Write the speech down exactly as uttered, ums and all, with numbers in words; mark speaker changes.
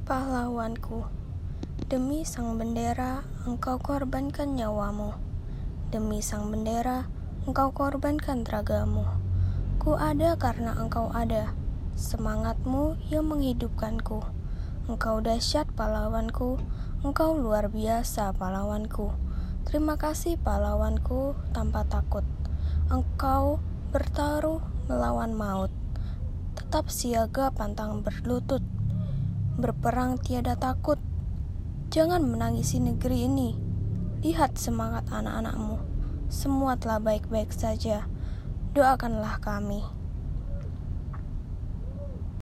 Speaker 1: Pahlawanku, demi sang bendera engkau korbankan nyawamu. Demi sang bendera engkau korbankan ragamu. Ku ada karena engkau ada, semangatmu yang menghidupkanku. Engkau dahsyat pahlawanku, engkau luar biasa pahlawanku. Terima kasih pahlawanku tanpa takut. Engkau bertaruh melawan maut, tetap siaga pantang berlutut. Berperang tiada takut. Jangan menangisi negeri ini. Lihat semangat anak-anakmu. Semua telah baik-baik saja. Doakanlah kami.